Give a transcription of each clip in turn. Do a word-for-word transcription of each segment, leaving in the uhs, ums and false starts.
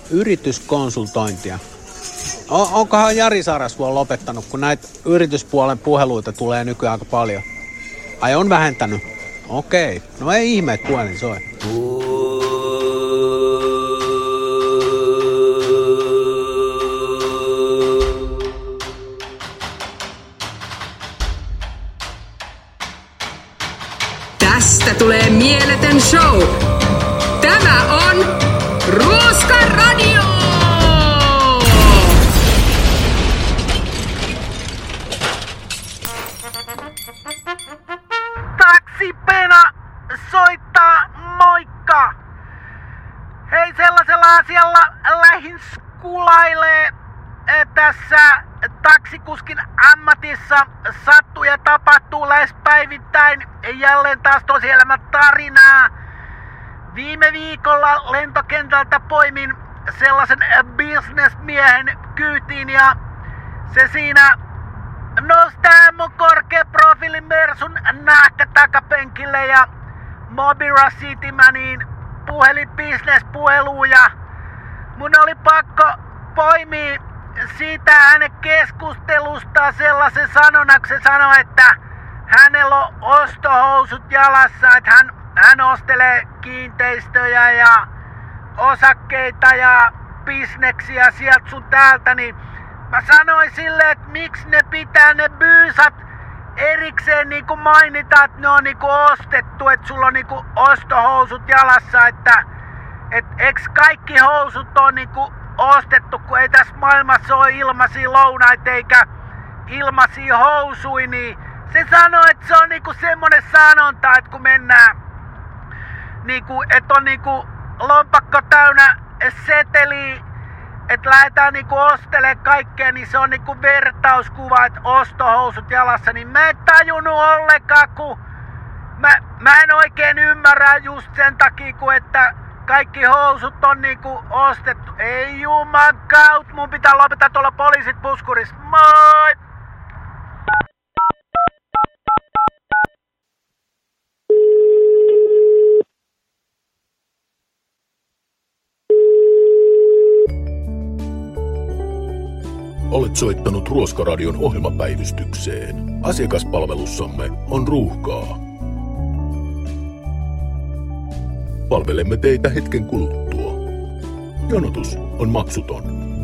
yrityskonsultointia. O- onkohan Jari Sarasvuo lopettanut, kun näitä yrityspuolen puheluita tulee nykyään aika paljon? Ai on vähentänyt? Okei. No ei ihme, että puhelin soi. Tästä tulee mieletön show. Tämä on Ruoska Radio! Taksipena soittaa, moikka! Hei, sellaisella asialla lähin skulailee tässä taksikuskin ammatissa. Sattuu ja tapahtuu lähes päivittäin jälleen taas tosielämän tarinaa. Viime viikolla lentokentältä poimin sellaisen businessmiehen kyytiin ja se siinä nousi tähän mun korkea profiilin Mersun nahka takapenkille ja mobilirasiitimäniin puhelin business-puheluun ja mun oli pakko poimia siitä hänen keskustelustaan sellaisen sanonnan, kun se sanoi, että hänellä on ostohousut jalassa, että hän, hän ostelee kiinteistöjä ja osakkeita ja bisneksiä sieltä sun täältä, niin mä sanoin silleen, että miksi ne pitää ne byysat erikseen niinku mainita, että ne on niinku ostettu, että sulla on niinku ostohousut jalassa, että et eks kaikki housut on niinku ostettu, kun ei tässä maailmassa ole ilmaisia lounaita eikä ilmaisia housui, niin se sanoi, että se on niinku semmonen sanonta, että kun mennään niinku, että on niinku lompakko täynnä seteliä, että lähdetään niinku ostelemaan kaikkea, niin se on niinku vertauskuva, että ostohousut jalassa, niin mä en tajunnut ollenkaan, kun mä, mä en oikein ymmärrä just sen takia, kun että kaikki housut on niinku ostettu. Ei juman kaut, mun pitää lopettaa tuolla poliisit puskurissa. Moi! Olet soittanut Ruoskaradion ohjelmapäivystykseen. Asiakaspalvelussamme on ruuhkaa. Palvelemme teitä hetken kuluttua. Jonotus on maksuton.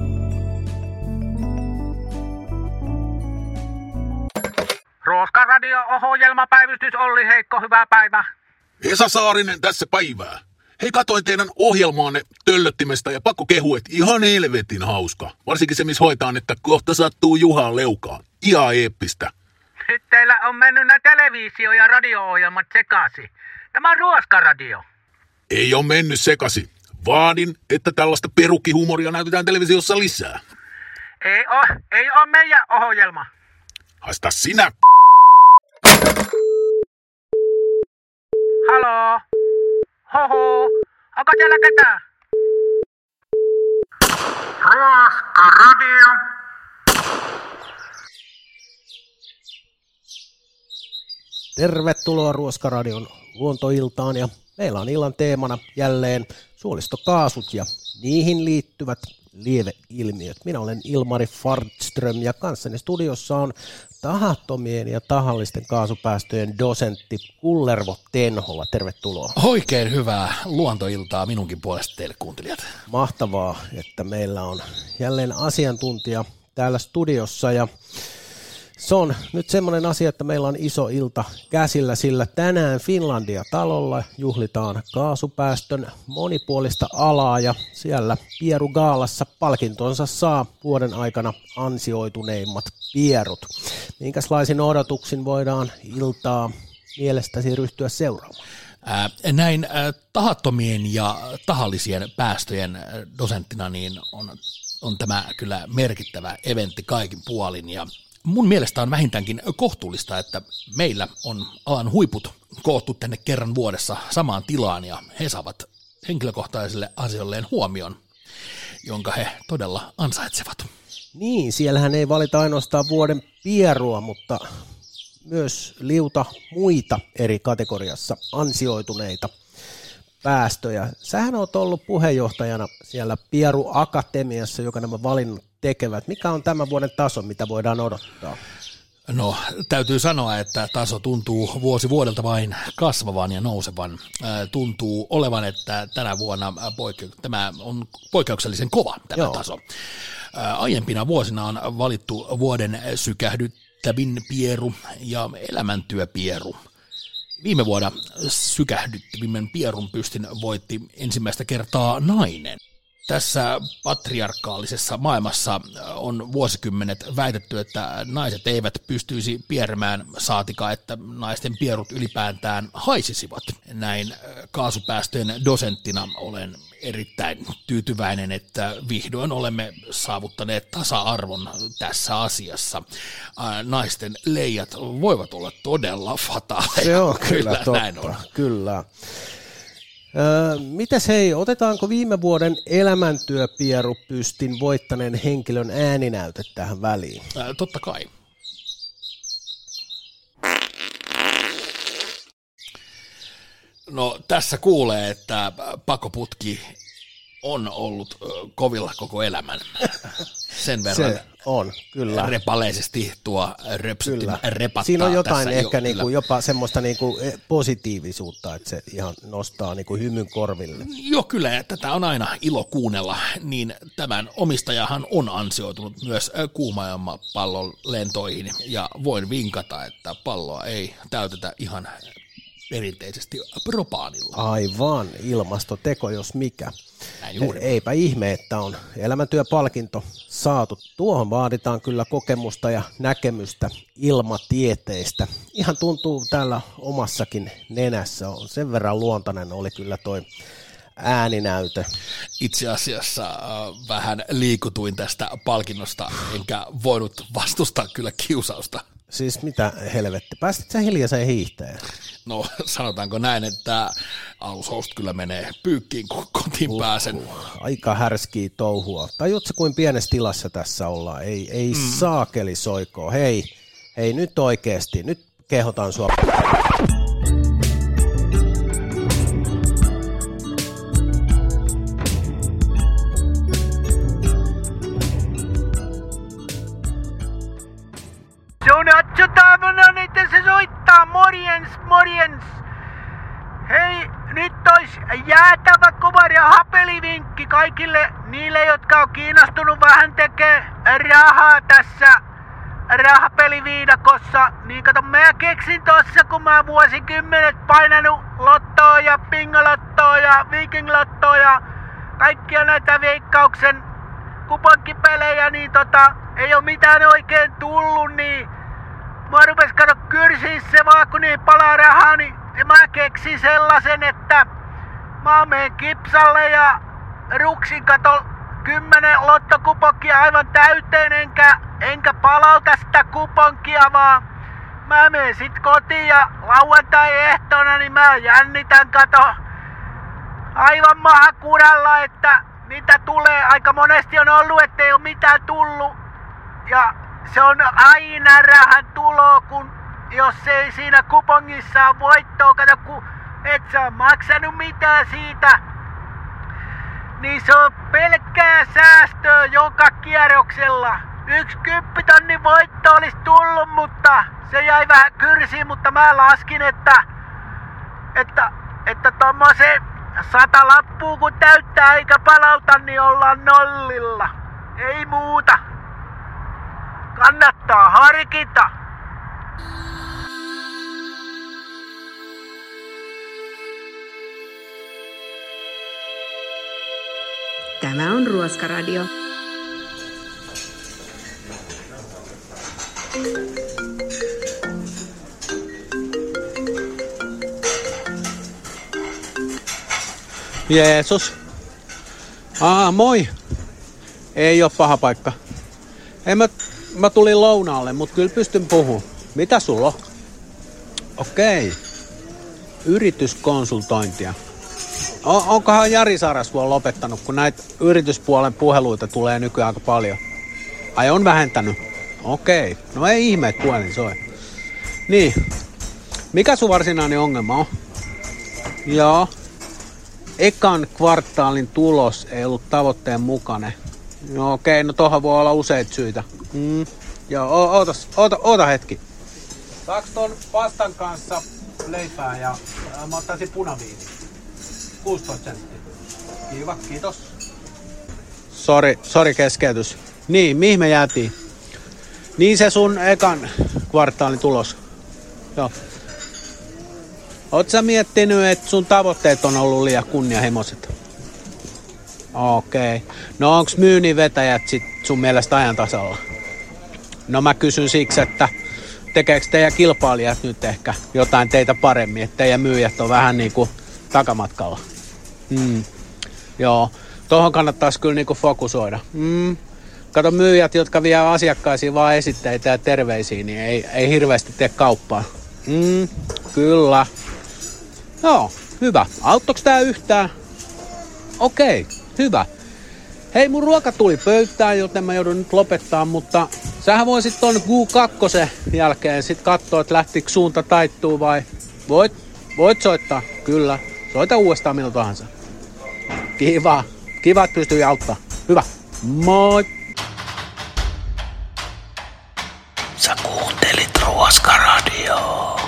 Ruoskaradio ohjelmapäivystys Olli Heikko, hyvää päivää. Esa Saarinen tässä päivää. Hei, katoin teidän ohjelmaanne töllöttimestä ja pakko kehua, että ihan helvetin hauska. Varsinkin se, missä hoitaan, että kohta sattuu Juhaan leukaan. Ihan eeppistä. Nyt teillä on mennyt nämä televisio- ja radio-ohjelmat sekaisin. Tämä on Ruoskaradio. Ei ole mennyt sekasi. Vaadin, että tällaista perukkihumoria näytetään televisiossa lisää. Ei oo, ei oo meidän ohjelma. Haista sinä. Haloo? Hoho, onko siellä ketään? Ruoskaradio. Tervetuloa Ruoskaradion luontoiltaan ja meillä on illan teemana jälleen suolistokaasut ja niihin liittyvät lieveilmiöt. Minä olen Ilmari Fardström ja kanssani studiossa on tahattomien ja tahallisten kaasupäästöjen dosentti Kullervo Tenhola. Tervetuloa. Oikein hyvää luontoiltaa minunkin puolesta teille kuuntelijat. Mahtavaa, että meillä on jälleen asiantuntija täällä studiossa ja se on nyt semmoinen asia, että meillä on iso ilta käsillä, sillä tänään Finlandia-talolla juhlitaan kaasupäästön monipuolista alaa ja siellä Pieru-gaalassa palkintonsa saa vuoden aikana ansioituneimmat pierut. Minkälaisiin odotuksin voidaan iltaa mielestäsi ryhtyä seuraamaan? Ää, näin ää, tahattomien ja tahallisien päästöjen ää, dosenttina niin on, on tämä kyllä merkittävä eventti kaikin puolin ja mun mielestä on vähintäänkin kohtuullista, että meillä on alan huiput koottu tänne kerran vuodessa samaan tilaan ja he saavat henkilökohtaisille asioilleen huomion, jonka he todella ansaitsevat. Niin, siellähän ei valita ainoastaan vuoden pierua, mutta myös liuta muita eri kategoriassa ansioituneita päästöjä. Sähän oot ollut puheenjohtajana siellä Pieru Akatemiassa, joka nämä valinnat tekevät. Mikä on tämän vuoden taso, mitä voidaan odottaa? No, täytyy sanoa, että taso tuntuu vuosi vuodelta vain kasvavan ja nousevan. Tuntuu olevan, että tänä vuonna poike- tämä on poikkeuksellisen kova tämä Joo. taso. Aiempina vuosina on valittu vuoden sykähdyttävin pieru ja elämäntyöpieru. Viime vuonna sykähdyttävimmän pierun pystin voitti ensimmäistä kertaa nainen. Tässä patriarkaalisessa maailmassa on vuosikymmenet väitetty, että naiset eivät pystyisi pierämään, saatika, että naisten pierut ylipäätään haisisivat. Näin kaasupäästöjen dosenttina olen erittäin tyytyväinen, että vihdoin olemme saavuttaneet tasa-arvon tässä asiassa. Naisten leijat voivat olla todella fataaleja. Se on kyllä, kyllä totta, näin on. Kyllä. Öö, mitäs hei, otetaanko viime vuoden elämäntyöpierupystin voittaneen henkilön ääninäyte tähän väliin? Ää, totta kai. No tässä kuulee, että pakoputki on ollut kovilla koko elämän. Sen verran se on, kyllä. Repaleisesti tuo röpsyttin repattaa. Siinä on jotain tässä ehkä jo, niinku, jopa semmoista niinku positiivisuutta, että se ihan nostaa niinku hymyn korville. Joo, kyllä, ja tätä on aina ilo kuunnella, niin tämän omistajahan on ansioitunut myös kuumaamman pallon lentoihin, ja voin vinkata, että palloa ei täytetä ihan perinteisesti propaanilla. Aivan, ilmastoteko jos mikä. Juuri. Eipä ihme, että on elämäntyöpalkinto saatu. Tuohon vaaditaan kyllä kokemusta ja näkemystä ilmatieteistä. Ihan tuntuu täällä omassakin nenässä. On sen verran luontainen oli kyllä toi ääninäyte. Itse asiassa äh, vähän liikutuin tästä palkinnosta, enkä voinut vastustaa kyllä kiusausta. Siis mitä helvetti, päästit sä hiljaiseen hiihteen? No sanotaanko näin, että alushoust kyllä menee pyykkiin, kun kotiin uh, pääsen. Uh, aika härskiä touhua. Tajutko kuin pienessä tilassa tässä ollaan? Ei, ei mm. saakeli soikoo. Hei, hei nyt oikeesti, nyt kehotan sua. Sonatso Taavonen, että se soittaa, morjens, morjens. Hei, nyt ois jäätävä kova ja hapelivinkki kaikille niille, jotka on kiinnostunut vähän tekee rahaa tässä rahapeliviidakossa. Niin kato, mä keksin tossa, kun mä vuosikymmenet painanut lottoa ja pingolottoa ja vikinglottoa ja kaikkia näitä Veikkauksen kuponkipelejä, niin tota, ei oo mitään oikein tullut, niin mä rupes kato kyrsiä se vaan, kun niin palaa rahaa, niin mä keksin sellaisen, että mä menen Kipsalle ja ruksin kato kymmenen lottokuponkia aivan täyteen, enkä, enkä palauta sitä kuponkia, vaan mä menen sit kotiin ja lauantai-ehtoona, niin mä jännitän kato aivan mahakuralla, että mitä tulee. Aika monesti on ollut, ettei ole mitään tullut. Ja se on aina rahan tulo, kun jos ei siinä kupongissa ole voittoa, kato kun et sä ole maksanut mitään siitä, niin se on pelkkää säästöä joka kierroksella. Yksi kymppitonnin voitto olisi tullut, mutta se jäi vähän kyrsiin, mutta mä laskin, että että, että tommosen sata lappua kun täyttää eikä palauta, niin ollaan nollilla. Ei muuta. Kannattaa harkita. Tämä on Ruoskaradio. Jeesus. Aa, moi. Ei oo paha paikka. Ei, mä, mä tulin lounaalle, mut kyllä pystyn puhumaan. Mitä sulla on? Okei. Yrityskonsultointia. O- onkohan Jari Sarasvuo lopettanut, kun näitä yrityspuolen puheluita tulee nykyään aika paljon? Ai on vähentänyt? Okei. No ei ihme, että puhelin soi. Niin. Mikä sun varsinainen ongelma on? Joo. ekan kvartaalin tulos ei ollut tavoitteen mukainen. No okei, no tohon voi olla useita syitä. Mm. Joo, o- ootas, oota, oota hetki. Saaks ton pastan kanssa leipää ja ää, mä ottaisin punaviini. kuusitoista senttiä. Kiva, kiitos. Sori, sori keskeytys. Niin, mihin me jäätiin? Niin se sun ekan kvartaalin tulos. Joo. Oot sä miettinyt, että sun tavoitteet on ollut liian kunnianhimoiset? Okei. Okay. No onks myynnin vetäjät sit sun mielestä ajan tasalla? No mä kysyn siksi, että tekeekö teidän kilpailijat nyt ehkä jotain teitä paremmin, että teidän myyjät on vähän niinku takamatkalla? Mm. Joo. Tuohon kannattaisi kyllä niinku fokusoida. Mm. Kato, myyjät, jotka vie asiakkaisiin vaan esitteitä ja terveisiä, niin ei, ei hirveästi tee kauppaa. Mm. Kyllä. Joo, hyvä. Auttoiko tää yhtään? Okei, hyvä. Hei, mun ruoka tuli pöytään, joten mä joudun nyt lopettaa, mutta sähän voisit ton Q kaksi jälkeen sit katsoa, että lähtikö suunta taittuu vai voit, voit soittaa. Kyllä, soita uudestaan milloin tahansa. Kiva, kiva, että pystyy auttaa. Hyvä, moi! Sä kuuntelit Ruoskaradioa.